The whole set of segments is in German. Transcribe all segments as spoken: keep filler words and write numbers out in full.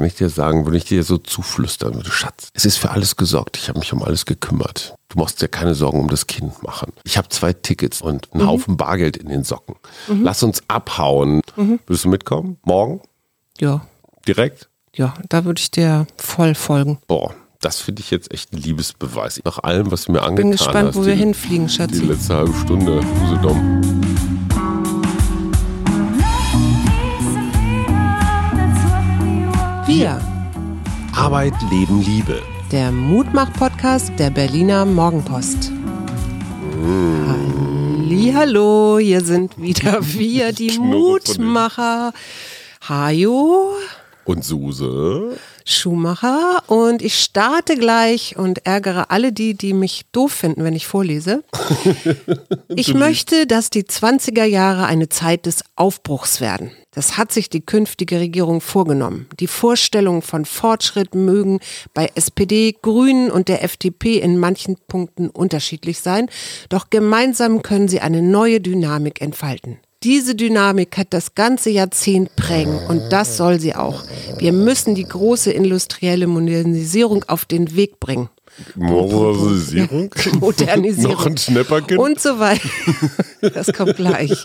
kann ich dir sagen, würde ich dir so zuflüstern würde, Schatz, es ist für alles gesorgt. Ich habe mich um alles gekümmert. Du musst dir keine Sorgen um das Kind machen. Ich habe zwei Tickets und einen mhm. Haufen Bargeld in den Socken. Mhm. Lass uns abhauen. Mhm. Willst du mitkommen? Morgen? Ja. Direkt? Ja, da würde ich dir voll folgen. Boah, das finde ich jetzt echt ein Liebesbeweis. Nach allem, was du mir angetan hast. Bin gespannt, hast, wo die, wir hinfliegen, Schatzi. Die letzte halbe Stunde, Usedom. Wir. Arbeit, Leben, Liebe. Der Mutmach-Podcast der Berliner Morgenpost. Mm. Hallihallo, hier sind wieder wir, die Mutmacher. Hajo. Und Suse. Schumacher. Und ich starte gleich und ärgere alle die, die mich doof finden, wenn ich vorlese. Ich möchte, dass die zwanziger Jahre eine Zeit des Aufbruchs werden. Das hat sich die künftige Regierung vorgenommen. Die Vorstellungen von Fortschritt mögen bei S P D, Grünen und der F D P in manchen Punkten unterschiedlich sein, doch gemeinsam können sie eine neue Dynamik entfalten. Diese Dynamik hat das ganze Jahrzehnt prägen und das soll sie auch. Wir müssen die große industrielle Modernisierung auf den Weg bringen. Modernisierung? Modernisierung. Noch ein Schnäpperkind? Und so weiter. Das kommt gleich.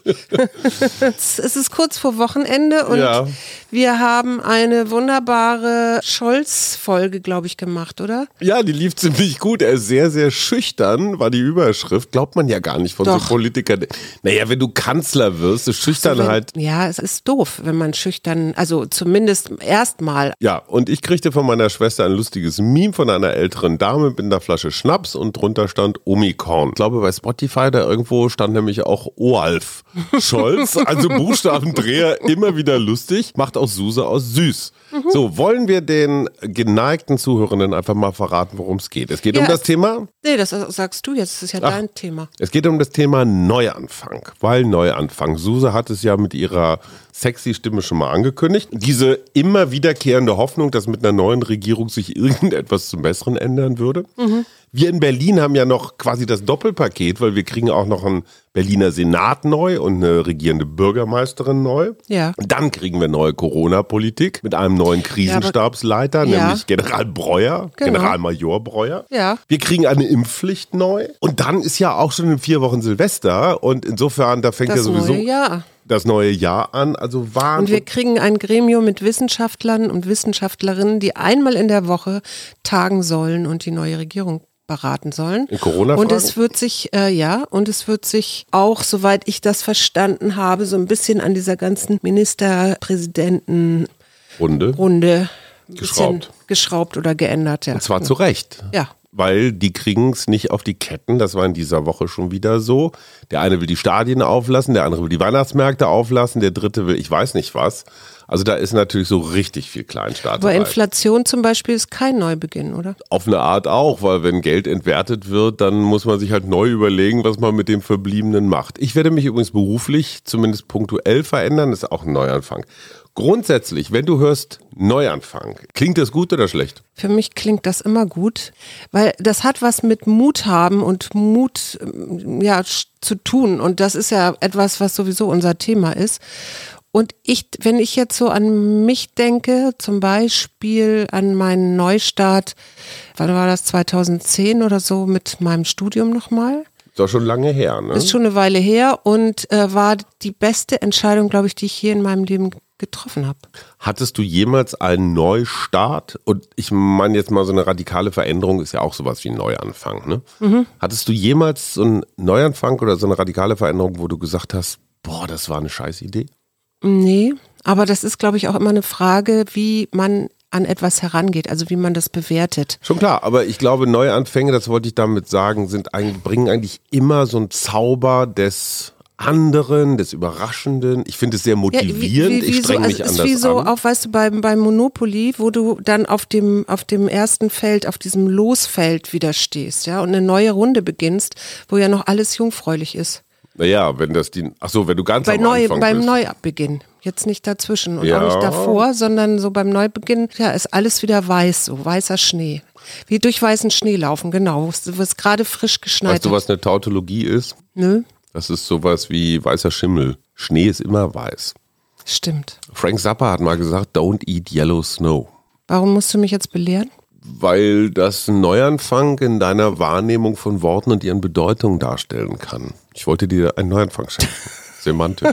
Es ist kurz vor Wochenende und ja. wir haben eine wunderbare Scholz-Folge, glaube ich, gemacht, oder? Ja, die lief ziemlich gut. Er ist sehr, sehr schüchtern, war die Überschrift. Glaubt man ja gar nicht von Doch. so Politikern. Naja, wenn du Kanzler wirst, ist Schüchternheit... So, wenn, ja, es ist doof, wenn man schüchtern, also zumindest erstmal. Ja, und ich kriegte von meiner Schwester ein lustiges Meme von einer älteren Dame mit einer Flasche Schnaps und drunter stand Omikron. Ich glaube, bei Spotify, da irgendwo stand nämlich auch Oalf Scholz, also Buchstabendreher, immer wieder lustig, macht auch Suse aus süß. Mhm. So, wollen wir den geneigten Zuhörenden einfach mal verraten, worum es geht? Es geht ja, um das Thema... Nee, das sagst du jetzt, das ist ja Ach, dein Thema. Es geht um das Thema Neuanfang, weil Neuanfang. Suse hat es ja mit ihrer sexy Stimme schon mal angekündigt. Diese immer wiederkehrende Hoffnung, dass mit einer neuen Regierung sich irgendetwas zum Besseren ändern würde. Mhm. Wir in Berlin haben ja noch quasi das Doppelpaket, weil wir kriegen auch noch einen Berliner Senat neu und eine regierende Bürgermeisterin neu. Ja. Und dann kriegen wir neue Corona-Politik mit einem neuen Krisenstabsleiter, ja, ja. nämlich General Breuer, genau. Generalmajor Breuer. Ja. Wir kriegen eine Impfpflicht neu. Und dann ist ja auch schon in vier Wochen Silvester. Und insofern, da fängt das ja sowieso... Neue Jahr. das neue Jahr an, also Wahnsinn. Und wir kriegen ein Gremium mit Wissenschaftlern und Wissenschaftlerinnen, die einmal in der Woche tagen sollen und die neue Regierung beraten sollen. In Corona-Fragen? Und es wird sich, äh, ja, und es wird sich auch, soweit ich das verstanden habe, so ein bisschen an dieser ganzen Ministerpräsidenten Runde, Runde geschraubt. geschraubt oder geändert. Ja. Und zwar zu Recht. Ja. Weil die kriegen es nicht auf die Ketten, das war in dieser Woche schon wieder so. Der eine will die Stadien auflassen, der andere will die Weihnachtsmärkte auflassen, der dritte will ich weiß nicht was. Also da ist natürlich so richtig viel Kleinstaat. Aber Inflation zum Beispiel ist kein Neubeginn, oder? Auf eine Art auch, weil wenn Geld entwertet wird, dann muss man sich halt neu überlegen, was man mit dem Verbliebenen macht. Ich werde mich übrigens beruflich, zumindest punktuell verändern, das ist auch ein Neuanfang. Grundsätzlich, wenn du hörst Neuanfang, klingt das gut oder schlecht? Für mich klingt das immer gut, weil das hat was mit Mut haben und Mut ja, zu tun. Und das ist ja etwas, was sowieso unser Thema ist. Und ich, wenn ich jetzt so an mich denke, zum Beispiel an meinen Neustart, wann war das, zweitausendzehn oder so, mit meinem Studium nochmal? Ist doch schon lange her, ne? Ist schon eine Weile her und äh, war die beste Entscheidung, glaube ich, die ich je in meinem Leben getroffen habe. Hattest du jemals einen Neustart? Und ich meine jetzt mal so eine radikale Veränderung ist ja auch sowas wie ein Neuanfang, ne? Mhm. Hattest du jemals so einen Neuanfang oder so eine radikale Veränderung, wo du gesagt hast, boah, das war eine Scheißidee? Nee, aber das ist, glaube ich, auch immer eine Frage, wie man an etwas herangeht, also wie man das bewertet. Schon klar, aber ich glaube, Neuanfänge, das wollte ich damit sagen, sind eigentlich, bringen eigentlich immer so einen Zauber des anderen, des Überraschenden. Ich finde es sehr motivierend. Ja, wie, wie, wie ich streng so, mich also anders ist wie so an. Auch, weißt du, beim, beim Monopoly, wo du dann auf dem, auf dem ersten Feld, auf diesem Losfeld wieder stehst, ja, und eine neue Runde beginnst, wo ja noch alles jungfräulich ist. Naja, wenn das die, ach so, wenn du ganz Bei am neu, Anfang beim bist. Neubeginn. Jetzt nicht dazwischen und Ja. auch nicht davor, sondern so beim Neubeginn, ja, ist alles wieder weiß, so weißer Schnee. Wie durch weißen Schnee laufen, genau. Du wirst gerade frisch geschneit. Weißt du, was eine Tautologie ist? Nö. Das ist sowas wie weißer Schimmel. Schnee ist immer weiß. Stimmt. Frank Zappa hat mal gesagt, don't eat yellow snow. Warum musst du mich jetzt belehren? Weil das einen Neuanfang in deiner Wahrnehmung von Worten und ihren Bedeutungen darstellen kann. Ich wollte dir einen Neuanfang schenken. Semantisch.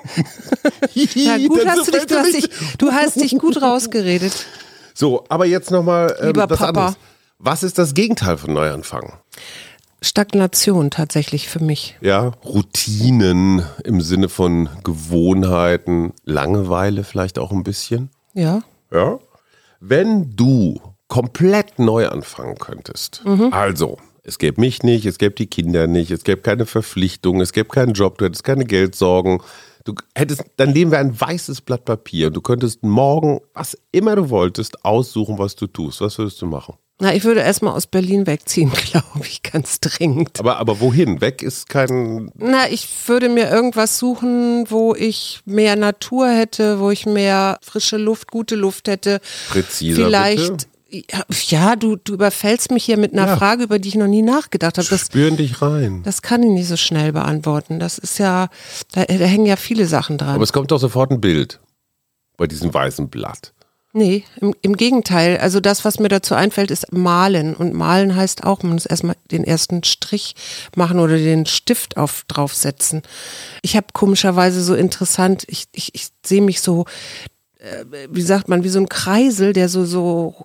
Ja, gut hast du dich, du hast dich, du hast dich gut rausgeredet. So, aber jetzt nochmal ähm, Lieber was Papa. anderes. Was ist das Gegenteil von Neuanfang? Stagnation tatsächlich für mich. Ja, Routinen im Sinne von Gewohnheiten, Langeweile vielleicht auch ein bisschen. Ja. Ja. Wenn du komplett neu anfangen könntest, mhm. also es gäbe mich nicht, es gäbe die Kinder nicht, es gäbe keine Verpflichtungen, es gäbe keinen Job, du hättest keine Geldsorgen, du hättest, dein Leben wäre ein weißes Blatt Papier und du könntest morgen, was immer du wolltest, aussuchen, was du tust. Was würdest du machen? Na, ich würde erstmal aus Berlin wegziehen, glaube ich, ganz dringend. Aber, aber wohin? Weg ist kein... Na, ich würde mir irgendwas suchen, wo ich mehr Natur hätte, wo ich mehr frische Luft, gute Luft hätte. Präziser, Vielleicht, bitte? Ja, du, du überfällst mich hier mit einer ja. Frage, über die ich noch nie nachgedacht habe. Das, Spüren dich rein. Das kann ich nicht so schnell beantworten. Das ist ja, da, da hängen ja viele Sachen dran. Aber es kommt doch sofort ein Bild bei diesem weißen Blatt. Nee, im, im Gegenteil. Also das, was mir dazu einfällt, ist malen. Und malen heißt auch, man muss erstmal den ersten Strich machen oder den Stift auf draufsetzen. Ich habe komischerweise so interessant, ich, ich, ich sehe mich so, äh, wie sagt man, wie so ein Kreisel, der so, so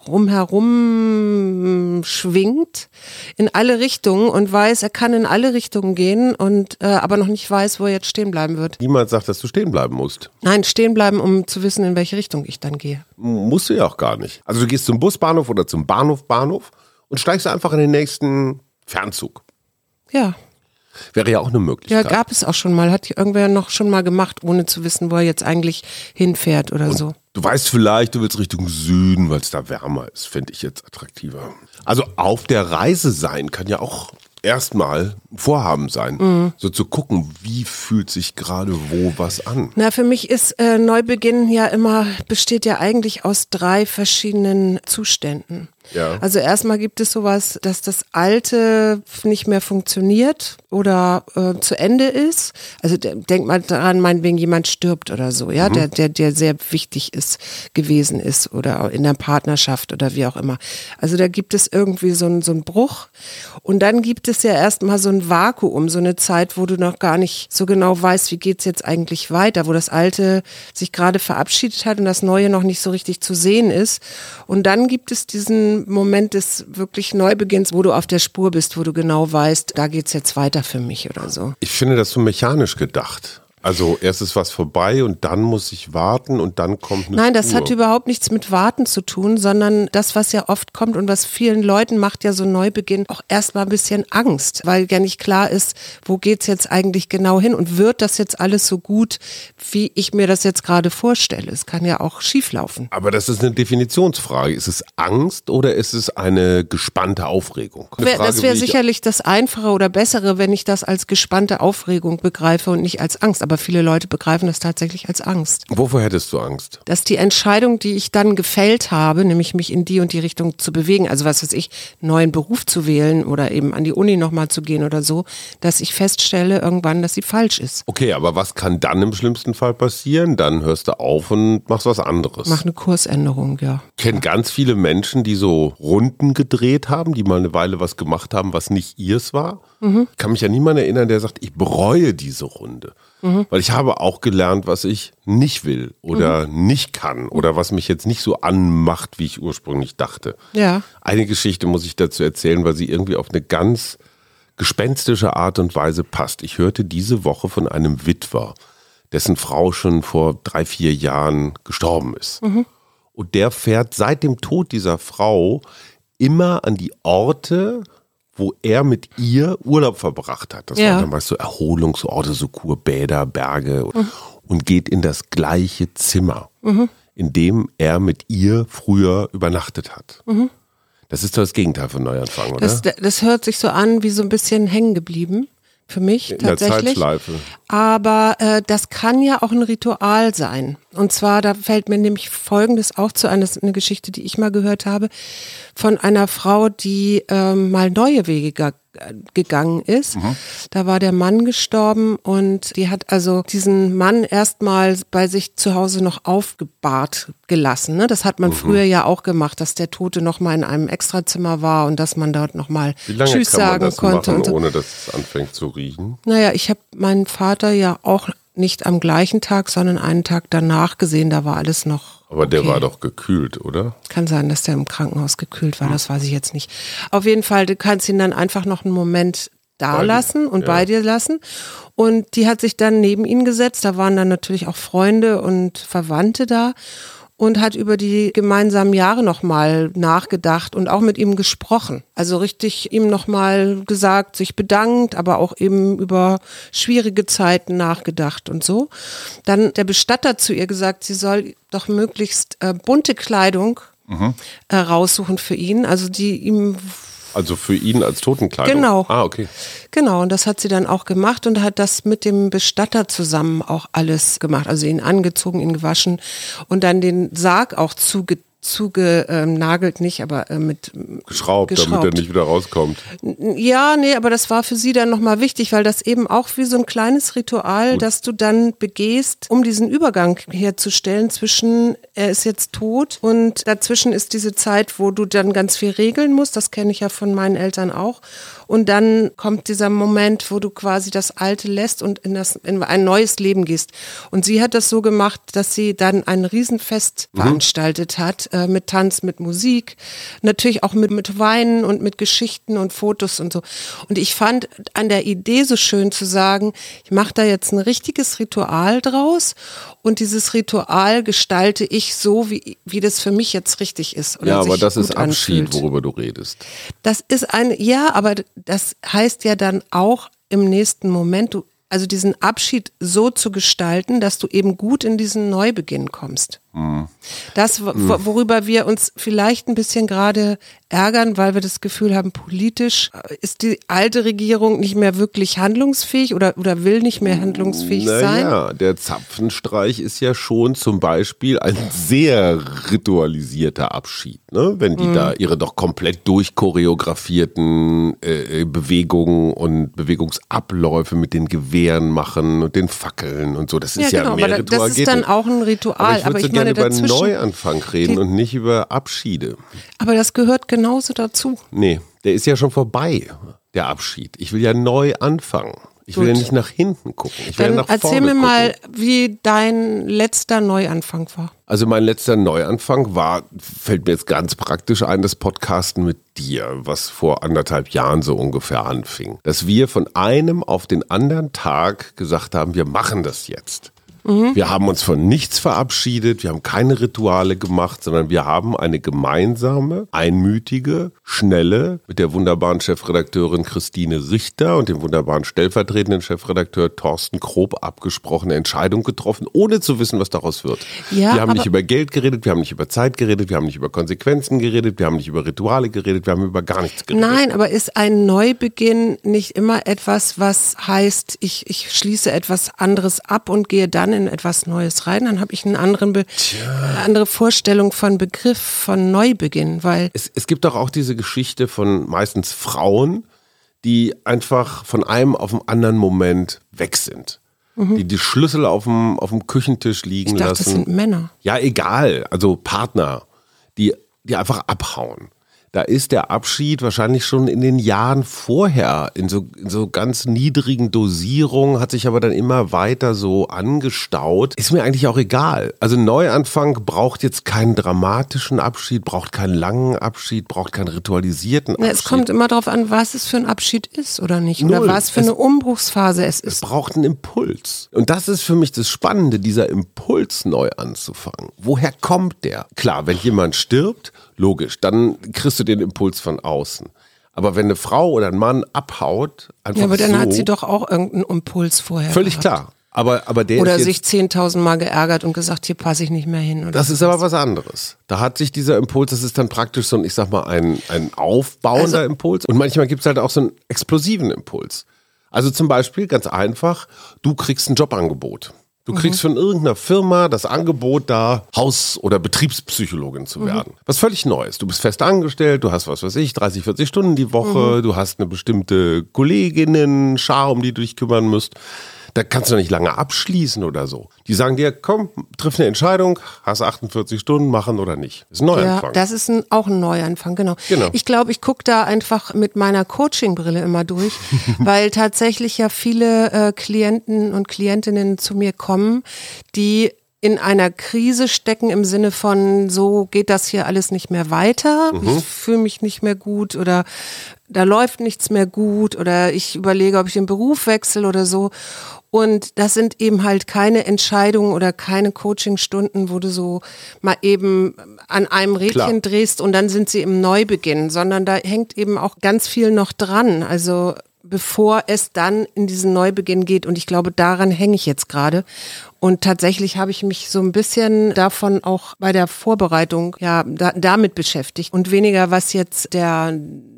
drumherum schwingt in alle Richtungen und weiß, er kann in alle Richtungen gehen und äh, aber noch nicht weiß, wo er jetzt stehen bleiben wird. Niemand sagt, dass du stehen bleiben musst. Nein, stehen bleiben, um zu wissen, in welche Richtung ich dann gehe. Musst du ja auch gar nicht. Also du gehst zum Busbahnhof oder zum Bahnhof Bahnhof und steigst einfach in den nächsten Fernzug. Ja. Wäre ja auch eine Möglichkeit. Ja, gab es auch schon mal. Hat irgendwer noch schon mal gemacht, ohne zu wissen, wo er jetzt eigentlich hinfährt oder und so. Du weißt vielleicht, du willst Richtung Süden, weil es da wärmer ist. Fände ich jetzt attraktiver. Also auf der Reise sein kann ja auch erstmal ein Vorhaben sein. Mhm. So zu gucken, wie fühlt sich gerade wo was an. Na, für mich ist äh, Neubeginn ja immer, besteht ja eigentlich aus drei verschiedenen Zuständen. Ja. Also erstmal gibt es sowas, dass das Alte nicht mehr funktioniert oder äh, zu Ende ist. Also denk mal daran, meinetwegen jemand stirbt oder so, ja, mhm. der, der, der sehr wichtig ist, gewesen ist oder in der Partnerschaft oder wie auch immer. Also da gibt es irgendwie so einen, so einen Bruch und dann gibt es ja erstmal so ein Vakuum, so eine Zeit, wo du noch gar nicht so genau weißt, wie geht's jetzt eigentlich weiter, wo das Alte sich gerade verabschiedet hat und das Neue noch nicht so richtig zu sehen ist. Und dann gibt es diesen Moment des wirklich Neubeginns, wo du auf der Spur bist, wo du genau weißt, da geht's jetzt weiter für mich oder so. Ich finde das so mechanisch gedacht. Also erst ist was vorbei und dann muss ich warten und dann kommt eine Nein, das Spur. hat überhaupt nichts mit Warten zu tun, sondern das, was ja oft kommt und was vielen Leuten macht ja so Neubeginn auch erstmal ein bisschen Angst, weil ja nicht klar ist, wo geht's jetzt eigentlich genau hin und wird das jetzt alles so gut, wie ich mir das jetzt gerade vorstelle. Es kann ja auch schieflaufen. Aber das ist eine Definitionsfrage. Ist es Angst oder ist es eine gespannte Aufregung? Eine Wär, Frage, das wäre wie ich- sicherlich das Einfache oder Bessere, wenn ich das als gespannte Aufregung begreife und nicht als Angst. Aber viele Leute begreifen das tatsächlich als Angst. Wovor hättest du Angst? Dass die Entscheidung, die ich dann gefällt habe, nämlich mich in die und die Richtung zu bewegen, also was weiß ich, einen neuen Beruf zu wählen oder eben an die Uni nochmal zu gehen oder so, dass ich feststelle irgendwann, dass sie falsch ist. Okay, aber was kann dann im schlimmsten Fall passieren? Dann hörst du auf und machst was anderes. Mach eine Kursänderung, ja. Ich kenne ganz viele Menschen, die so Runden gedreht haben, die mal eine Weile was gemacht haben, was nicht ihrs war. Mhm. Ich kann mich an niemanden erinnern, der sagt, ich bereue diese Runde. Mhm. Weil ich habe auch gelernt, was ich nicht will oder mhm. nicht kann oder was mich jetzt nicht so anmacht, wie ich ursprünglich dachte. Ja. Eine Geschichte muss ich dazu erzählen, weil sie irgendwie auf eine ganz gespenstische Art und Weise passt. Ich hörte diese Woche von einem Witwer, dessen Frau schon vor drei, vier Jahren gestorben ist. Mhm. Und der fährt seit dem Tod dieser Frau immer an die Orte, wo er mit ihr Urlaub verbracht hat. Das ja. waren dann meist so Erholungsorte, so Kurbäder, Berge mhm. und geht in das gleiche Zimmer, mhm. in dem er mit ihr früher übernachtet hat. Mhm. Das ist doch das Gegenteil von Neuanfang, oder? Das, das hört sich so an wie so ein bisschen hängen geblieben. Für mich in tatsächlich. Der Zeitschleife. Aber äh, das kann ja auch ein Ritual sein. Und zwar, da fällt mir nämlich Folgendes auch zu ein, das ist eine Geschichte, die ich mal gehört habe, von einer Frau, die ähm, mal neue Wege gegangen ist. Mhm. Da war der Mann gestorben und die hat also diesen Mann erstmal bei sich zu Hause noch aufgebahrt gelassen. Ne? Das hat man mhm. früher ja auch gemacht, dass der Tote noch mal in einem Extrazimmer war und dass man dort noch mal Tschüss sagen konnte. Wie lange kann man das machen, und so. ohne dass es anfängt zu riechen? Naja, ich habe meinen Vater ja auch nicht am gleichen Tag, sondern einen Tag danach gesehen, da war alles noch Aber der okay. war doch gekühlt, oder? Kann sein, dass der im Krankenhaus gekühlt war, das weiß ich jetzt nicht. Auf jeden Fall, du kannst ihn dann einfach noch einen Moment da bei lassen und ja. bei dir lassen. Und die hat sich dann neben ihn gesetzt, da waren dann natürlich auch Freunde und Verwandte da. Und hat über die gemeinsamen Jahre nochmal nachgedacht und auch mit ihm gesprochen. Also richtig ihm nochmal gesagt, sich bedankt, aber auch eben über schwierige Zeiten nachgedacht und so. Dann der Bestatter zu ihr gesagt, sie soll doch möglichst äh, bunte Kleidung mhm. äh, raussuchen für ihn, also die ihm... Also für ihn als Totenkleidung? Genau. Ah, okay. Genau, und das hat sie dann auch gemacht und hat das mit dem Bestatter zusammen auch alles gemacht. Also ihn angezogen, ihn gewaschen und dann den Sarg auch zugezogen. Zugenagelt ähm, nicht, aber äh, mit geschraubt, geschraubt, damit er nicht wieder rauskommt. Ja, nee, aber das war für sie dann nochmal wichtig, weil das eben auch wie so ein kleines Ritual, Gut. das du dann begehst, um diesen Übergang herzustellen zwischen, er ist jetzt tot und dazwischen ist diese Zeit, wo du dann ganz viel regeln musst, das kenne ich ja von meinen Eltern auch. Und dann kommt dieser Moment, wo du quasi das Alte lässt und in, das, in ein neues Leben gehst. Und sie hat das so gemacht, dass sie dann ein Riesenfest mhm. veranstaltet hat, äh, mit Tanz, mit Musik, natürlich auch mit, mit Weinen und mit Geschichten und Fotos und so. Und ich fand an der Idee so schön zu sagen, ich mache da jetzt ein richtiges Ritual draus und dieses Ritual gestalte ich so, wie, wie das für mich jetzt richtig ist. Oder ja, aber sich das ist Abschied, anfühlt. Worüber du redest. Das ist ein, ja, aber das heißt ja dann auch im nächsten Moment, du, also diesen Abschied so zu gestalten, dass du eben gut in diesen Neubeginn kommst. Mhm. Das, worüber wir uns vielleicht ein bisschen gerade ärgern, weil wir das Gefühl haben, politisch ist die alte Regierung nicht mehr wirklich handlungsfähig oder, oder will nicht mehr handlungsfähig naja, sein. Ja, der Zapfenstreich ist ja schon zum Beispiel ein sehr ritualisierter Abschied, ne? Wenn die mhm. da ihre doch komplett durchchoreografierten äh, Bewegungen und Bewegungsabläufe mit den Gewehren machen und den Fackeln und so. Das ist ja, ja genau, mehr aber Ritual. Das ist dann auch ein Ritual. Aber ich würde so gerne über dazwischen, Neuanfang reden und nicht über Abschiede. Aber das gehört genauso dazu. Nee, der ist ja schon vorbei, der Abschied. Ich will ja neu anfangen. Ich will Gut. ja nicht nach hinten gucken. Ich will Dann ja nach erzähl vorne mir gucken. mal, wie dein letzter Neuanfang war. Also mein letzter Neuanfang war, fällt mir jetzt ganz praktisch ein, das Podcasten mit dir, was vor anderthalb Jahren so ungefähr anfing. Dass wir von einem auf den anderen Tag gesagt haben, wir machen das jetzt. Mhm. Wir haben uns von nichts verabschiedet, wir haben keine Rituale gemacht, sondern wir haben eine gemeinsame, einmütige, schnelle, mit der wunderbaren Chefredakteurin Christine Richter und dem wunderbaren stellvertretenden Chefredakteur Thorsten Krob abgesprochene Entscheidung getroffen, ohne zu wissen, was daraus wird. Ja, wir haben nicht über Geld geredet, wir haben nicht über Zeit geredet, wir haben nicht über Konsequenzen geredet, wir haben nicht über Rituale geredet, wir haben über gar nichts geredet. Nein, aber ist ein Neubeginn nicht immer etwas, was heißt, ich, ich schließe etwas anderes ab und gehe dann in etwas Neues rein, dann habe ich einen anderen Be- eine andere Vorstellung von Begriff von Neubeginn, weil es, es gibt doch auch diese Geschichte von meistens Frauen, die einfach von einem auf den anderen Moment weg sind. Mhm. Die die Schlüssel auf dem, auf dem Küchentisch liegen ich dachte, lassen. Das sind Männer. Ja, egal, also Partner, die, die einfach abhauen. Da ist der Abschied wahrscheinlich schon in den Jahren vorher in so, in so ganz niedrigen Dosierungen, hat sich aber dann immer weiter so angestaut. Ist mir eigentlich auch egal. Also Neuanfang braucht jetzt keinen dramatischen Abschied, braucht keinen langen Abschied, braucht keinen ritualisierten Abschied. Ja, es kommt immer darauf an, was es für ein Abschied ist oder nicht. Null. Oder was für es, eine Umbruchsphase es ist. Es braucht einen Impuls. Und das ist für mich das Spannende, dieser Impuls neu anzufangen. Woher kommt der? Klar, wenn jemand stirbt, logisch, dann kriegst du den Impuls von außen. Aber wenn eine Frau oder ein Mann abhaut, einfach Ja, aber dann so, hat sie doch auch irgendeinen Impuls vorher völlig gehabt. klar. Aber, aber der Oder ist sich jetzt, zehntausend Mal geärgert und gesagt, hier passe ich nicht mehr hin. Oder das ist aber was anderes. Da hat sich dieser Impuls, das ist dann praktisch so ein, ich sag mal, ein, ein aufbauender Also, Impuls. Und manchmal gibt es halt auch so einen explosiven Impuls. Also zum Beispiel, ganz einfach, du kriegst ein Jobangebot. Du kriegst von irgendeiner Firma das Angebot, da Haus- oder Betriebspsychologin zu werden. Mhm. Was völlig Neues. Du bist fest angestellt, du hast, was weiß ich, dreißig, vierzig Stunden die Woche, mhm. du hast eine bestimmte Kolleginnen-Schar, um die du dich kümmern musst. Da kannst du nicht lange abschließen oder so. Die sagen dir, komm, triff eine Entscheidung, hast achtundvierzig Stunden, machen oder nicht. Das ist ein Neuanfang. Ja, das ist ein, auch ein Neuanfang, genau. genau. Ich glaube, ich gucke da einfach mit meiner Coaching-Brille immer durch, weil tatsächlich ja viele äh, Klienten und Klientinnen zu mir kommen, die in einer Krise stecken im Sinne von, so geht das hier alles nicht mehr weiter, mhm. ich fühle mich nicht mehr gut oder da läuft nichts mehr gut oder ich überlege, ob ich den Beruf wechsle oder so. Und das sind eben halt keine Entscheidungen oder keine Coachingstunden, wo du so mal eben an einem Rädchen Klar. drehst und dann sind sie im Neubeginn, sondern da hängt eben auch ganz viel noch dran. Also bevor es dann in diesen Neubeginn geht. Und ich glaube, daran hänge ich jetzt gerade. Und tatsächlich habe ich mich so ein bisschen davon auch bei der Vorbereitung ja da, damit beschäftigt und weniger, was jetzt der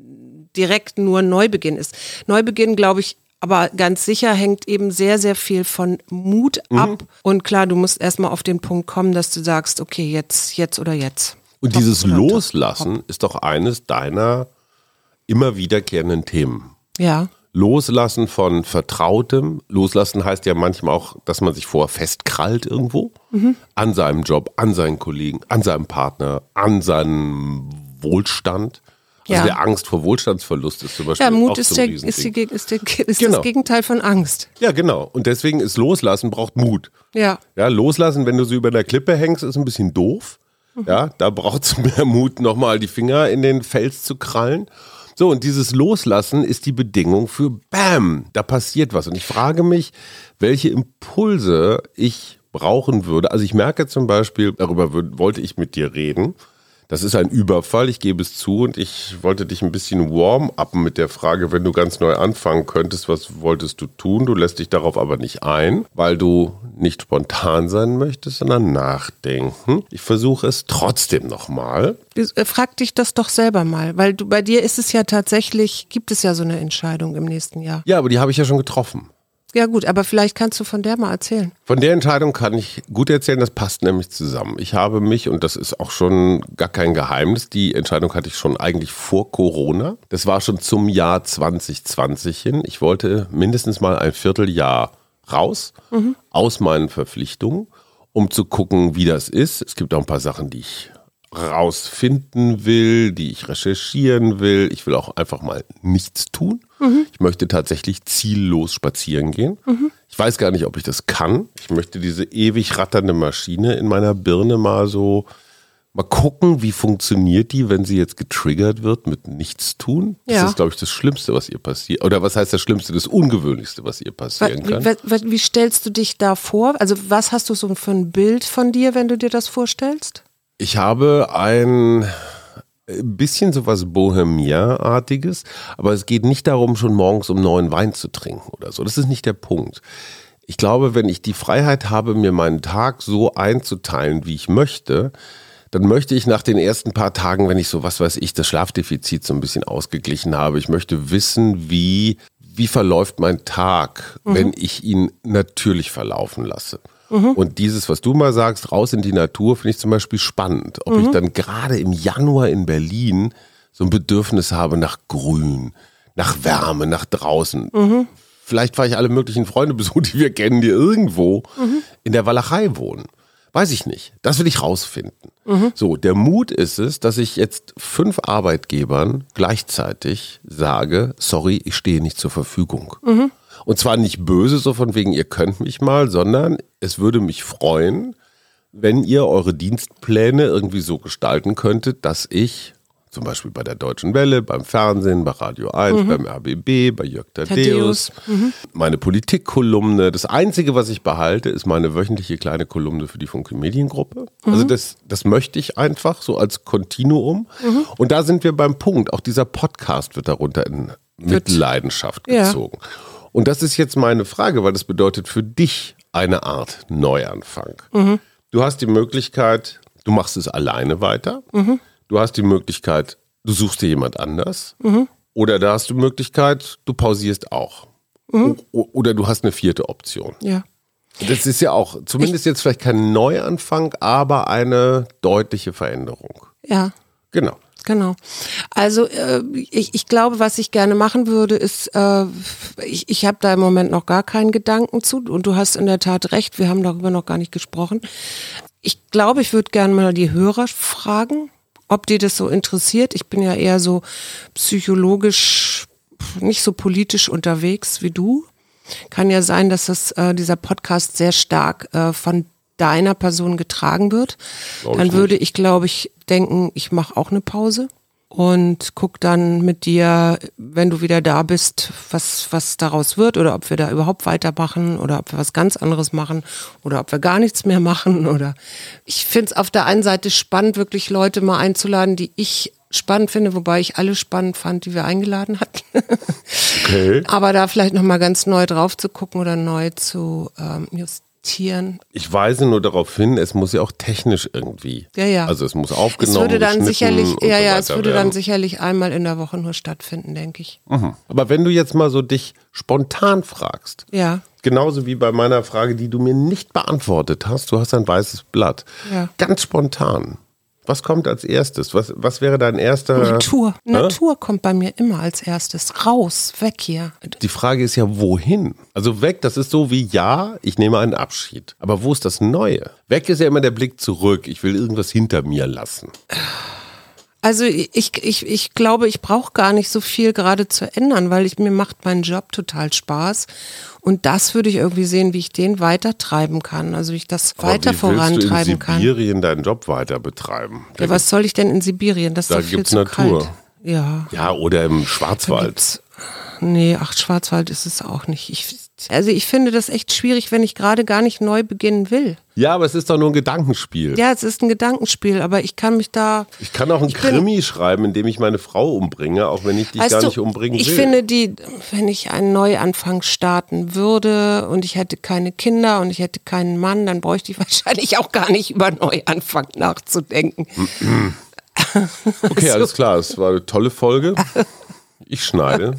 direkt nur Neubeginn ist. Neubeginn, glaube ich, aber ganz sicher hängt eben sehr, sehr viel von Mut mhm. ab. Und klar, du musst erstmal auf den Punkt kommen, dass du sagst, okay, jetzt, jetzt oder jetzt. Und top, dieses top, Loslassen top. Ist doch eines deiner immer wiederkehrenden Themen. Ja. Loslassen von Vertrautem. Loslassen heißt ja manchmal auch, dass man sich vorher festkrallt irgendwo. Mhm. An seinem Job, an seinen Kollegen, an seinem Partner, an seinem Wohlstand. Also ja. der Angst vor Wohlstandsverlust ist zum Beispiel ja, Mut auch ist, so der, ein ist, die, ist, der, ist genau. das Gegenteil von Angst. Ja, genau. Und deswegen ist Loslassen braucht Mut. Ja. Ja, Loslassen, wenn du so über der Klippe hängst, ist ein bisschen doof. Mhm. Ja, da braucht es mehr Mut, nochmal die Finger in den Fels zu krallen. So, und dieses Loslassen ist die Bedingung für Bam, da passiert was. Und ich frage mich, welche Impulse ich brauchen würde. Also ich merke zum Beispiel, darüber würd, wollte ich mit dir reden. Das ist ein Überfall, ich gebe es zu, und ich wollte dich ein bisschen warm-uppen mit der Frage, wenn du ganz neu anfangen könntest, was wolltest du tun? Du lässt dich darauf aber nicht ein, weil du nicht spontan sein möchtest, sondern nachdenken. Ich versuche es trotzdem nochmal. Frag dich das doch selber mal, weil du, bei dir ist es ja tatsächlich, gibt es ja so eine Entscheidung im nächsten Jahr. Ja, aber die habe ich ja schon getroffen. Ja gut, aber vielleicht kannst du von der mal erzählen. Von der Entscheidung kann ich gut erzählen, das passt nämlich zusammen. Ich habe mich, und das ist auch schon gar kein Geheimnis, die Entscheidung hatte ich schon eigentlich vor Corona. Das war schon zum Jahr zwanzig zwanzig hin. Ich wollte mindestens mal ein Vierteljahr raus mhm. aus meinen Verpflichtungen, um zu gucken, wie das ist. Es gibt auch ein paar Sachen, die ich rausfinden will, die ich recherchieren will. Ich will auch einfach mal nichts tun. Mhm. Ich möchte tatsächlich ziellos spazieren gehen. Mhm. Ich weiß gar nicht, ob ich das kann. Ich möchte diese ewig ratternde Maschine in meiner Birne mal so mal gucken, wie funktioniert die, wenn sie jetzt getriggert wird mit nichts tun. Das ja. ist, glaube ich, das Schlimmste, was ihr passiert. Oder was heißt das Schlimmste? Das Ungewöhnlichste, was ihr passieren wie, kann. Wie, wie stellst du dich da vor? Also was hast du so für ein Bild von dir, wenn du dir das vorstellst? Ich habe ein bisschen sowas Bohemien-artiges, aber es geht nicht darum, schon morgens um neun Wein zu trinken oder so. Das ist nicht der Punkt. Ich glaube, wenn ich die Freiheit habe, mir meinen Tag so einzuteilen, wie ich möchte, dann möchte ich nach den ersten paar Tagen, wenn ich so, was weiß ich, das Schlafdefizit so ein bisschen ausgeglichen habe, ich möchte wissen, wie, wie verläuft mein Tag, mhm. wenn ich ihn natürlich verlaufen lasse. Mhm. Und dieses, was du mal sagst, raus in die Natur, finde ich zum Beispiel spannend. Ob mhm. ich dann gerade im Januar in Berlin so ein Bedürfnis habe nach Grün, nach Wärme, nach draußen. Mhm. Vielleicht fahre ich alle möglichen Freunde besuchen, die wir kennen, die irgendwo mhm. in der Walachei wohnen. Weiß ich nicht. Das will ich rausfinden. Mhm. So, der Mut ist es, dass ich jetzt fünf Arbeitgebern gleichzeitig sage, sorry, ich stehe nicht zur Verfügung. Mhm. Und zwar nicht böse, so von wegen, ihr könnt mich mal, sondern es würde mich freuen, wenn ihr eure Dienstpläne irgendwie so gestalten könntet, dass ich zum Beispiel bei der Deutschen Welle, beim Fernsehen, bei Radio eins, mhm. beim R B B, bei Jörg Thaddeus, mhm. meine Politikkolumne. Das Einzige, was ich behalte, ist meine wöchentliche kleine Kolumne für die Funke Mediengruppe. Mhm. Also das, das möchte ich einfach so als Kontinuum. Mhm. Und da sind wir beim Punkt. Auch dieser Podcast wird darunter in Mitleidenschaft gezogen. Ja. Und das ist jetzt meine Frage, weil das bedeutet für dich eine Art Neuanfang. Mhm. Du hast die Möglichkeit, du machst es alleine weiter. Mhm. Du hast die Möglichkeit, du suchst dir jemand anders. Mhm. Oder da hast du die Möglichkeit, du pausierst auch. Mhm. O- oder du hast eine vierte Option. Ja. Das ist ja auch, zumindest ich, jetzt vielleicht kein Neuanfang, aber eine deutliche Veränderung. Ja. Genau. Genau. Also äh, ich, ich glaube, was ich gerne machen würde, ist, äh, ich, ich habe da im Moment noch gar keinen Gedanken zu und du hast in der Tat recht, wir haben darüber noch gar nicht gesprochen. Ich glaube, ich würde gerne mal die Hörer fragen, ob die das so interessiert. Ich bin ja eher so psychologisch, nicht so politisch unterwegs wie du. Kann ja sein, dass das, äh, dieser Podcast sehr stark äh, von deiner Person getragen wird. Glaube dann würde ich, glaube ich, denken, ich mache auch eine Pause und guck dann mit dir, wenn du wieder da bist, was, was daraus wird oder ob wir da überhaupt weitermachen oder ob wir was ganz anderes machen oder ob wir gar nichts mehr machen. Oder ich finde es auf der einen Seite spannend, wirklich Leute mal einzuladen, die ich spannend finde, wobei ich alle spannend fand, die wir eingeladen hatten. Okay. Aber da vielleicht nochmal ganz neu drauf zu gucken oder neu zu ähm, justieren. Ich weise nur darauf hin, es muss ja auch technisch irgendwie. Ja, ja. Also es muss aufgenommen, es würde dann sicherlich, ja, so ja, es würde werden. dann sicherlich einmal in der Woche nur stattfinden, denke ich. Mhm. Aber wenn du jetzt mal so dich spontan fragst, ja. genauso wie bei meiner Frage, die du mir nicht beantwortet hast, du hast ein weißes Blatt, ja. ganz spontan. Was kommt als erstes? Was, was wäre dein erster... Natur. Hä? Natur kommt bei mir immer als erstes. Raus, weg hier. Die Frage ist ja, wohin? Also weg, das ist so wie, ja, ich nehme einen Abschied. Aber wo ist das Neue? Weg ist ja immer der Blick zurück. Ich will irgendwas hinter mir lassen. Also ich, ich, ich glaube, ich brauche gar nicht so viel gerade zu ändern, weil ich, mir macht mein Job total Spaß. Und das würde ich irgendwie sehen, wie ich den weiter treiben kann. Also wie ich das Aber weiter wie vorantreiben kann. Willst du in Sibirien deinen Job weiter betreiben? Ja, was soll ich denn in Sibirien? Das ist da doch viel gibt's zu Natur. kalt. Ja. Ja, oder im Schwarzwald. Nee, ach, Schwarzwald ist es auch nicht. Ich, also ich finde das echt schwierig, wenn ich gerade gar nicht neu beginnen will. Ja, aber es ist doch nur ein Gedankenspiel. Ja, es ist ein Gedankenspiel, aber ich kann mich da... Ich kann auch einen Krimi schreiben, in dem ich meine Frau umbringe, auch wenn ich dich gar du, nicht umbringen ich will. Ich finde, die, wenn ich einen Neuanfang starten würde und ich hätte keine Kinder und ich hätte keinen Mann, dann bräuchte ich wahrscheinlich auch gar nicht über Neuanfang nachzudenken. Okay, alles klar, es war eine tolle Folge. Ich schneide.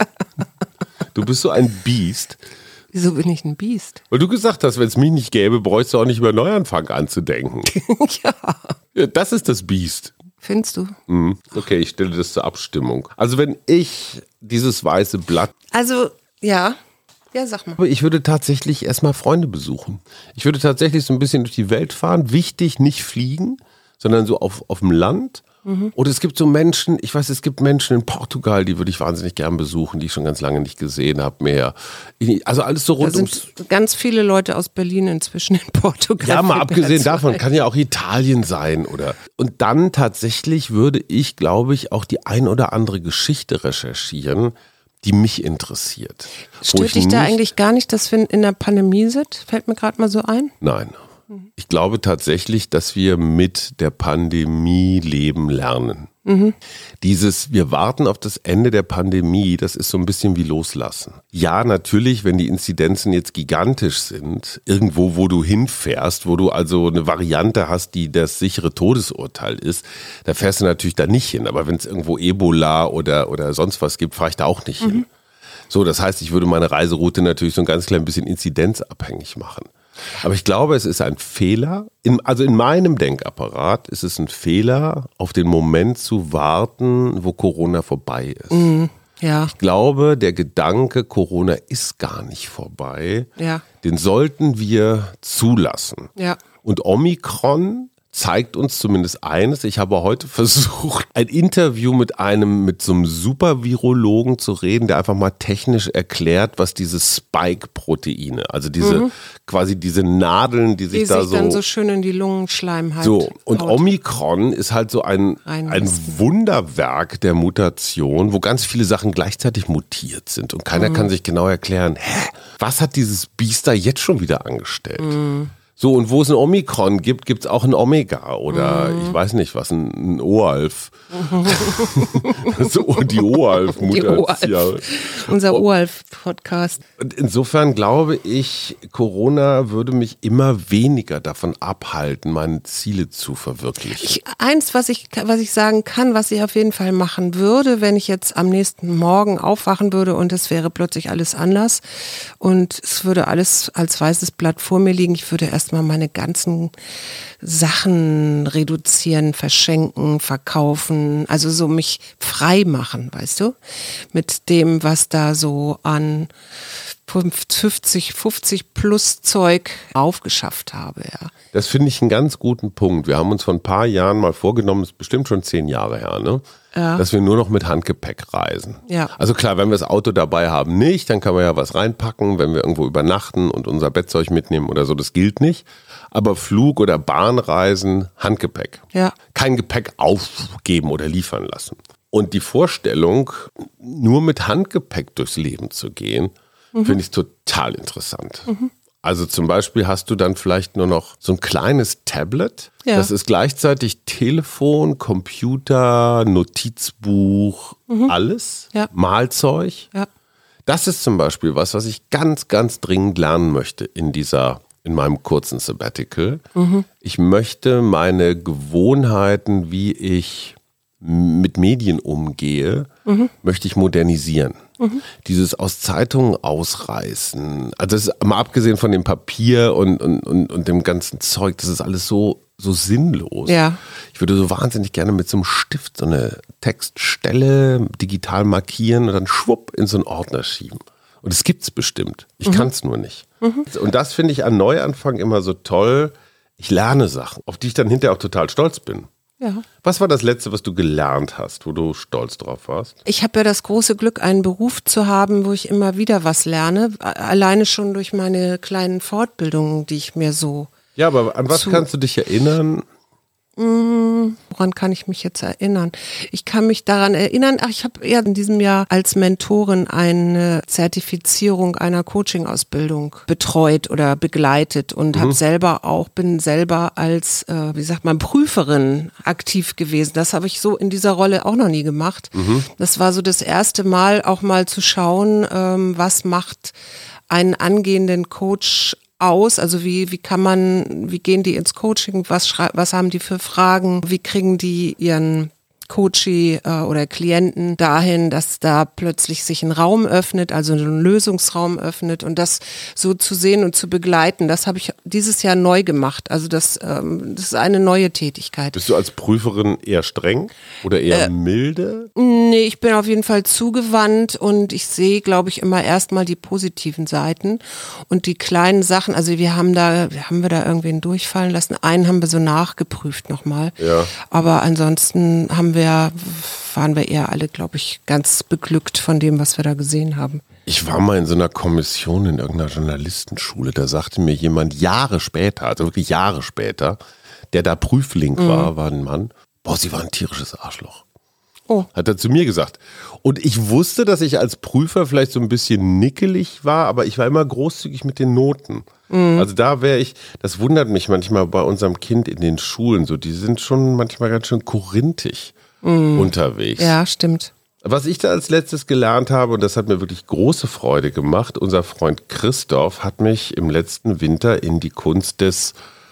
Du bist so ein Biest. Wieso bin ich ein Biest? Weil du gesagt hast, wenn es mich nicht gäbe, bräuchst du auch nicht über Neuanfang anzudenken. Ja. Ja. Das ist das Biest. Findest du? Mhm. Okay, ich stelle das zur Abstimmung. Also wenn ich dieses weiße Blatt... Also, ja. Ja, sag mal. Aber ich würde tatsächlich erstmal Freunde besuchen. Ich würde tatsächlich so ein bisschen durch die Welt fahren. Wichtig, nicht fliegen, sondern so auf, auf dem Land. Mhm. Oder es gibt so Menschen, ich weiß, es gibt Menschen in Portugal, die würde ich wahnsinnig gern besuchen, die ich schon ganz lange nicht gesehen habe mehr. Also alles so rund da ums... sind ganz viele Leute aus Berlin inzwischen in Portugal. Ja, mal abgesehen davon, kann ja auch Italien sein, oder? Und dann tatsächlich würde ich, glaube ich, auch die ein oder andere Geschichte recherchieren, die mich interessiert. Stört dich da eigentlich gar nicht, dass wir in der Pandemie sind? Fällt mir gerade mal so ein. Nein. Ich glaube tatsächlich, dass wir mit der Pandemie leben lernen. Mhm. Dieses, wir warten auf das Ende der Pandemie, das ist so ein bisschen wie Loslassen. Ja, natürlich, wenn die Inzidenzen jetzt gigantisch sind, irgendwo, wo du hinfährst, wo du also eine Variante hast, die das sichere Todesurteil ist, da fährst du natürlich da nicht hin. Aber wenn es irgendwo Ebola oder, oder sonst was gibt, fahre ich da auch nicht mhm. hin. So, das heißt, ich würde meine Reiseroute natürlich so ein ganz klein bisschen inzidenzabhängig machen. Aber ich glaube, es ist ein Fehler, in, also in meinem Denkapparat ist es ein Fehler, auf den Moment zu warten, wo Corona vorbei ist. Mm, ja. Ich glaube, der Gedanke, Corona ist gar nicht vorbei, ja. den sollten wir zulassen. Ja. Und Omikron zeigt uns zumindest eines. Ich habe heute versucht, ein Interview mit einem, mit so einem Supervirologen zu reden, der einfach mal technisch erklärt, was diese Spike-Proteine, also diese, mhm. quasi diese Nadeln, die sich die da sich so... dann so schön in die Lungenschleimhaut So, und haut. Omikron ist halt so ein, ein Wunderwerk der Mutation, wo ganz viele Sachen gleichzeitig mutiert sind und keiner mhm. kann sich genau erklären, hä, was hat dieses Biest da jetzt schon wieder angestellt? Mhm. So, und wo es ein Omikron gibt, gibt es auch ein Omega oder mhm. ich weiß nicht was, ein, ein O-Alf. so, die O-Alf-Mutter. Ja. Unser O-Alf-Podcast. Und insofern glaube ich, Corona würde mich immer weniger davon abhalten, meine Ziele zu verwirklichen. Ich, eins, was ich, was ich sagen kann, was ich auf jeden Fall machen würde, wenn ich jetzt am nächsten Morgen aufwachen würde und es wäre plötzlich alles anders und es würde alles als weißes Blatt vor mir liegen, ich würde erstmal meine ganzen Sachen reduzieren, verschenken, verkaufen, also so mich frei machen, weißt du, mit dem, was da so an fünfzig, fünfzig plus Zeug aufgeschafft habe, ja. Das finde ich einen ganz guten Punkt. Wir haben uns vor ein paar Jahren mal vorgenommen, das ist bestimmt schon zehn Jahre her, ne? Ja. Dass wir nur noch mit Handgepäck reisen. Ja. Also klar, wenn wir das Auto dabei haben, nicht, dann kann man ja was reinpacken, wenn wir irgendwo übernachten und unser Bettzeug mitnehmen oder so, das gilt nicht. Aber Flug- oder Bahnreisen, Handgepäck. Ja. Kein Gepäck aufgeben oder liefern lassen. Und die Vorstellung, nur mit Handgepäck durchs Leben zu gehen, mhm. finde ich total interessant. Mhm. Also zum Beispiel hast du dann vielleicht nur noch so ein kleines Tablet. Ja. Das ist gleichzeitig Telefon, Computer, Notizbuch, mhm. alles. Ja. Malzeug. Ja. Das ist zum Beispiel was, was ich ganz, ganz dringend lernen möchte in dieser, in meinem kurzen Sabbatical. Mhm. Ich möchte meine Gewohnheiten, wie ich mit Medien umgehe, mhm. möchte ich modernisieren. Mhm. Dieses aus Zeitungen ausreißen, also das ist mal abgesehen von dem Papier und, und, und, und dem ganzen Zeug, das ist alles so, so sinnlos. Ja. Ich würde so wahnsinnig gerne mit so einem Stift so eine Textstelle digital markieren und dann schwupp in so einen Ordner schieben. Und das gibt's bestimmt. Ich mhm. kann es nur nicht. Mhm. Und das finde ich an Neuanfang immer so toll. Ich lerne Sachen, auf die ich dann hinterher auch total stolz bin. Ja. Was war das Letzte, was du gelernt hast, wo du stolz drauf warst? Ich habe ja das große Glück, einen Beruf zu haben, wo ich immer wieder was lerne. Alleine schon durch meine kleinen Fortbildungen, die ich mir so... Ja, aber an was zu- kannst du dich erinnern? Woran kann ich mich jetzt erinnern? Ich kann mich daran erinnern, ach, ich habe ja in diesem Jahr als Mentorin eine Zertifizierung einer Coaching-Ausbildung betreut oder begleitet und mhm. habe selber auch, bin selber als, äh, wie sagt man, Prüferin aktiv gewesen. Das habe ich so in dieser Rolle auch noch nie gemacht. Mhm. Das war so das erste Mal, auch mal zu schauen, ähm, was macht einen angehenden Coach aus, also wie wie kann man, wie gehen die ins Coaching, was schrei- was haben die für Fragen, wie kriegen die ihren Coachee äh, oder Klienten dahin, dass da plötzlich sich ein Raum öffnet, also ein Lösungsraum öffnet und das so zu sehen und zu begleiten, das habe ich dieses Jahr neu gemacht, also das, ähm, das ist eine neue Tätigkeit. Bist du als Prüferin eher streng oder eher äh, milde? Nee, ich bin auf jeden Fall zugewandt und ich sehe, glaube ich, immer erstmal die positiven Seiten und die kleinen Sachen, also wir haben da, haben wir da irgendwen durchfallen lassen, einen haben wir so nachgeprüft nochmal, ja. aber ansonsten haben wir, waren wir eher alle, glaube ich, ganz beglückt von dem, was wir da gesehen haben. Ich war mal in so einer Kommission in irgendeiner Journalistenschule, da sagte mir jemand Jahre später, also wirklich Jahre später, der da Prüfling mhm. war, war ein Mann, boah, sie war ein tierisches Arschloch. Oh. Hat er zu mir gesagt. Und ich wusste, dass ich als Prüfer vielleicht so ein bisschen nickelig war, aber ich war immer großzügig mit den Noten. Mhm. Also da wäre ich, das wundert mich manchmal bei unserem Kind in den Schulen so, die sind schon manchmal ganz schön korinthisch mhm. unterwegs. Ja, stimmt. Was ich da als letztes gelernt habe, und das hat mir wirklich große Freude gemacht, unser Freund Christoph hat mich im letzten Winter in die Kunst des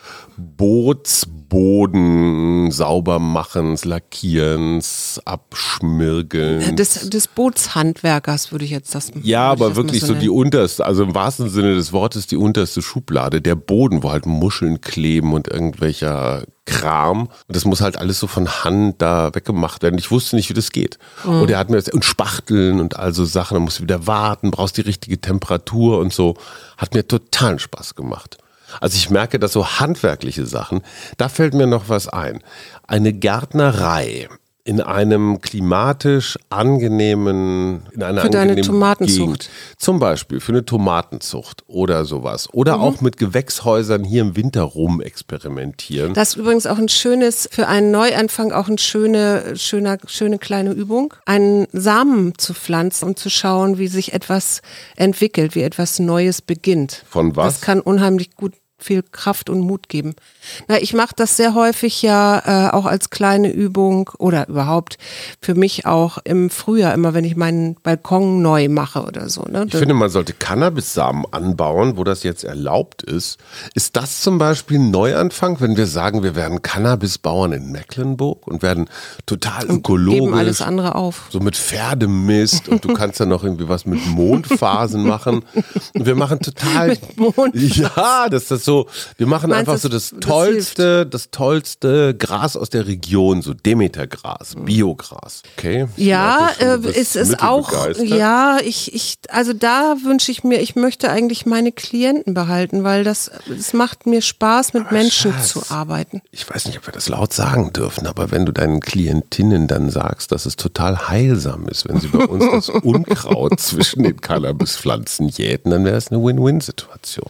Bootsboden Saubermachens, Lackierens, Abschmirgelns. Des, des Bootshandwerkers würde ich jetzt das Ja, aber das wirklich so, so die unterste, also im wahrsten Sinne des Wortes die unterste Schublade, der Boden, wo halt Muscheln kleben und irgendwelcher Kram. Und das muss halt alles so von Hand da weggemacht werden. Ich wusste nicht, wie das geht. Mhm. Und er hat mir das, und Spachteln und all so Sachen, dann musst du wieder warten, brauchst die richtige Temperatur und so. Hat mir totalen Spaß gemacht. Also ich merke, dass so handwerkliche Sachen, da fällt mir noch was ein. Eine Gärtnerei in einem klimatisch angenehmen, in einer für angenehmen deine Tomatenzucht. Gegend. Zum Beispiel für eine Tomatenzucht oder sowas. Oder mhm. auch mit Gewächshäusern hier im Winter rum experimentieren. Das ist übrigens auch ein schönes, für einen Neuanfang auch eine schöne, schöne, schöne kleine Übung, einen Samen zu pflanzen und zu schauen, wie sich etwas entwickelt, wie etwas Neues beginnt. Von was? Das kann unheimlich gut viel Kraft und Mut geben. Na, ich mache das sehr häufig ja äh, auch als kleine Übung oder überhaupt für mich auch im Frühjahr, immer wenn ich meinen Balkon neu mache oder so. Ne? Ich finde, man sollte Cannabissamen anbauen, wo das jetzt erlaubt ist. Ist das zum Beispiel ein Neuanfang, wenn wir sagen, wir werden Cannabisbauern in Mecklenburg und werden total und ökologisch. Geben alles andere auf. So mit Pferdemist und du kannst dann noch irgendwie was mit Mondphasen machen. Und wir machen total. Mit Mondphasen. Ja, das ist so. Wir machen Meinst, einfach so das, das tollste, das tollste Gras aus der Region, so Demetergras, Biogras. Okay. Ja, äh, es ist auch, ja, ich, ich, also da wünsche ich mir, ich möchte eigentlich meine Klienten behalten, weil das, es macht mir Spaß, mit aber Menschen Schatz, zu arbeiten. Ich weiß nicht, ob wir das laut sagen dürfen, aber wenn du deinen Klientinnen dann sagst, dass es total heilsam ist, wenn sie bei uns das Unkraut zwischen den Cannabispflanzen jäten, dann wäre es eine Win-Win-Situation.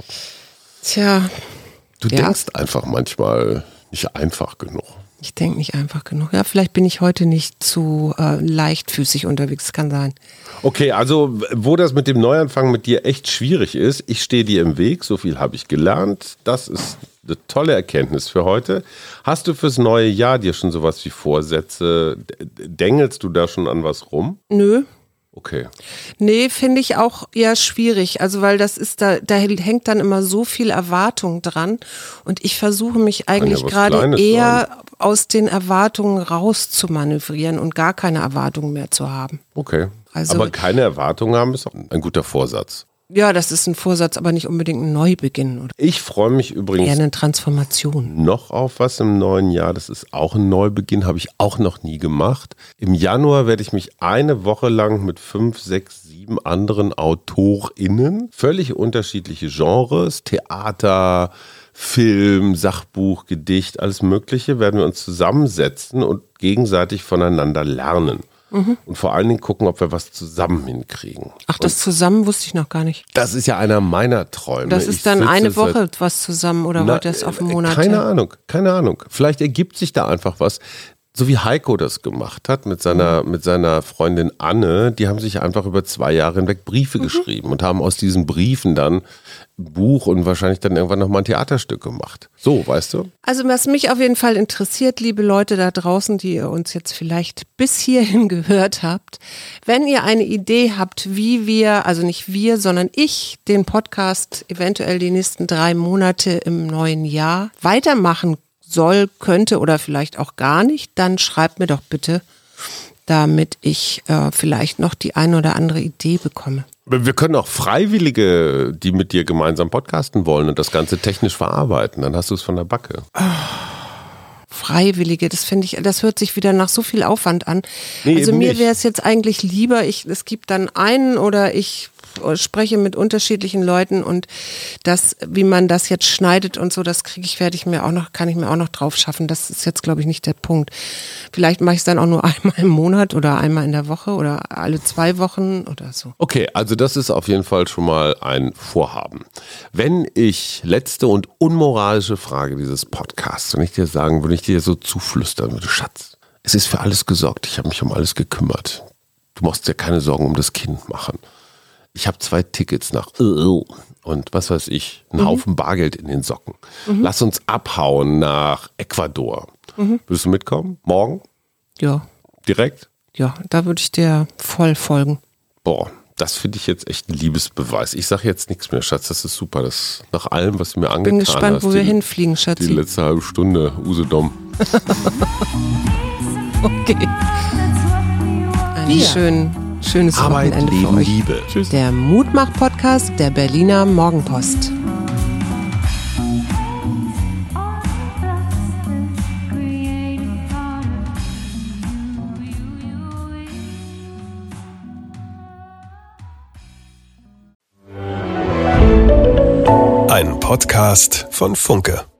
Tja. Du ja. denkst einfach manchmal nicht einfach genug. Ich denke nicht einfach genug. Ja, vielleicht bin ich heute nicht zu äh, leichtfüßig unterwegs, kann sein. Okay, also wo das mit dem Neuanfang mit dir echt schwierig ist, ich stehe dir im Weg, so viel habe ich gelernt. Das ist eine tolle Erkenntnis für heute. Hast du fürs neue Jahr dir schon sowas wie Vorsätze? Dengelst du da schon an was rum? Nö. Okay. Nee, finde ich auch eher schwierig. Also weil das ist, da, da hängt dann immer so viel Erwartung dran. Und ich versuche mich eigentlich ja gerade Kleines eher sein. aus den Erwartungen raus zu manövrieren und gar keine Erwartungen mehr zu haben. Okay. Also, aber keine Erwartungen haben ist auch ein guter Vorsatz. Ja, das ist ein Vorsatz, aber nicht unbedingt ein Neubeginn. Oder Ich freue mich übrigens eher eine Transformation. noch auf was im neuen Jahr. Das ist auch ein Neubeginn, habe ich auch noch nie gemacht. Im Januar werde ich mich eine Woche lang mit fünf, sechs, sieben anderen AutorInnen, völlig unterschiedliche Genres, Theater, Film, Sachbuch, Gedicht, alles Mögliche, werden wir uns zusammensetzen und gegenseitig voneinander lernen. Mhm. Und vor allen Dingen gucken, ob wir was zusammen hinkriegen. Ach, das und zusammen wusste ich noch gar nicht. Das ist ja einer meiner Träume. Das ist ich dann eine Woche seit, was zusammen oder wollt ihr das auf einen Monat? Keine Ahnung, keine Ahnung. Vielleicht ergibt sich da einfach was. So wie Heiko das gemacht hat mit seiner, mhm. mit seiner Freundin Anne, die haben sich einfach über zwei Jahre hinweg Briefe mhm. geschrieben und haben aus diesen Briefen dann ein Buch und wahrscheinlich dann irgendwann nochmal ein Theaterstück gemacht. So, weißt du? Also was mich auf jeden Fall interessiert, liebe Leute da draußen, die ihr uns jetzt vielleicht bis hierhin gehört habt, wenn ihr eine Idee habt, wie wir, also nicht wir, sondern ich, den Podcast eventuell die nächsten drei Monate im neuen Jahr weitermachen soll, könnte oder vielleicht auch gar nicht, dann schreibt mir doch bitte, damit ich äh, vielleicht noch die eine oder andere Idee bekomme. Wir können auch Freiwillige, die mit dir gemeinsam podcasten wollen und das Ganze technisch verarbeiten, dann hast du es von der Backe. Oh, Freiwillige, das finde ich, das hört sich wieder nach so viel Aufwand an. Nee, also mir wäre es nicht. jetzt eigentlich lieber, ich, es gibt dann einen oder ich spreche mit unterschiedlichen Leuten und das, wie man das jetzt schneidet und so, das kriege ich, werde ich mir auch noch, kann ich mir auch noch drauf schaffen. Das ist jetzt, glaube ich, nicht der Punkt. Vielleicht mache ich es dann auch nur einmal im Monat oder einmal in der Woche oder alle zwei Wochen oder so. Okay, also das ist auf jeden Fall schon mal ein Vorhaben. Wenn ich, letzte und unmoralische Frage dieses Podcasts, wenn ich dir sagen, würde ich dir so zuflüstern würde, Schatz, es ist für alles gesorgt, ich habe mich um alles gekümmert. Du musst dir keine Sorgen um das Kind machen. Ich habe zwei Tickets nach und was weiß ich, einen mhm. Haufen Bargeld in den Socken. Mhm. Lass uns abhauen nach Ecuador. Mhm. Würdest du mitkommen? Morgen? Ja. Direkt? Ja, da würde ich dir voll folgen. Boah, das finde ich jetzt echt ein Liebesbeweis. Ich sage jetzt nichts mehr, Schatz, das ist super. Das nach allem, was du mir angetan hast. Bin gespannt, hast, wo wir die, hinfliegen, Schatzi. Die letzte halbe Stunde, Usedom. Okay. Einen ja. schönen Schönes Arbeit, Wochenende Leben, für euch. Liebe. Tschüss. Der Mutmach-Podcast der Berliner Morgenpost. Ein Podcast von Funke.